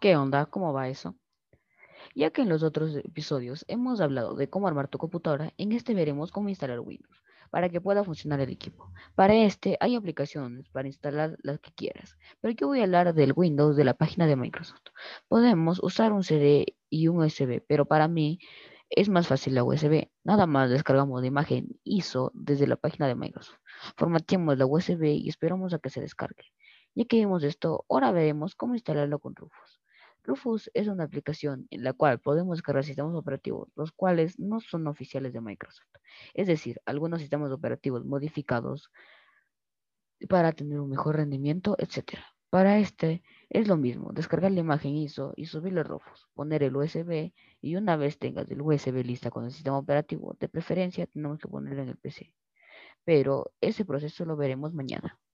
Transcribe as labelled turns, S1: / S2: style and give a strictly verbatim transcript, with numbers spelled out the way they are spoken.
S1: ¿Qué onda? ¿Cómo va eso? Ya que en los otros episodios hemos hablado de cómo armar tu computadora, en este veremos cómo instalar Windows para que pueda funcionar el equipo. Para este hay aplicaciones para instalar las que quieras, pero yo voy a hablar del Windows de la página de Microsoft. Podemos usar un C D y un U S B, pero para mí es más fácil la U S B. Nada más descargamos la imagen I S O desde la página de Microsoft. Formateamos la U S B y esperamos a que se descargue. Ya que vimos esto, ahora veremos cómo instalarlo con Rufus. Rufus es una aplicación en la cual podemos descargar sistemas operativos, los cuales no son oficiales de Microsoft. Es decir, algunos sistemas operativos modificados para tener un mejor rendimiento, etcétera. Para este es lo mismo, descargar la imagen I S O y subirle a Rufus, poner el U S B y una vez tengas el U S B lista con el sistema operativo, de preferencia tenemos que ponerlo en el P C. Pero ese proceso lo veremos mañana.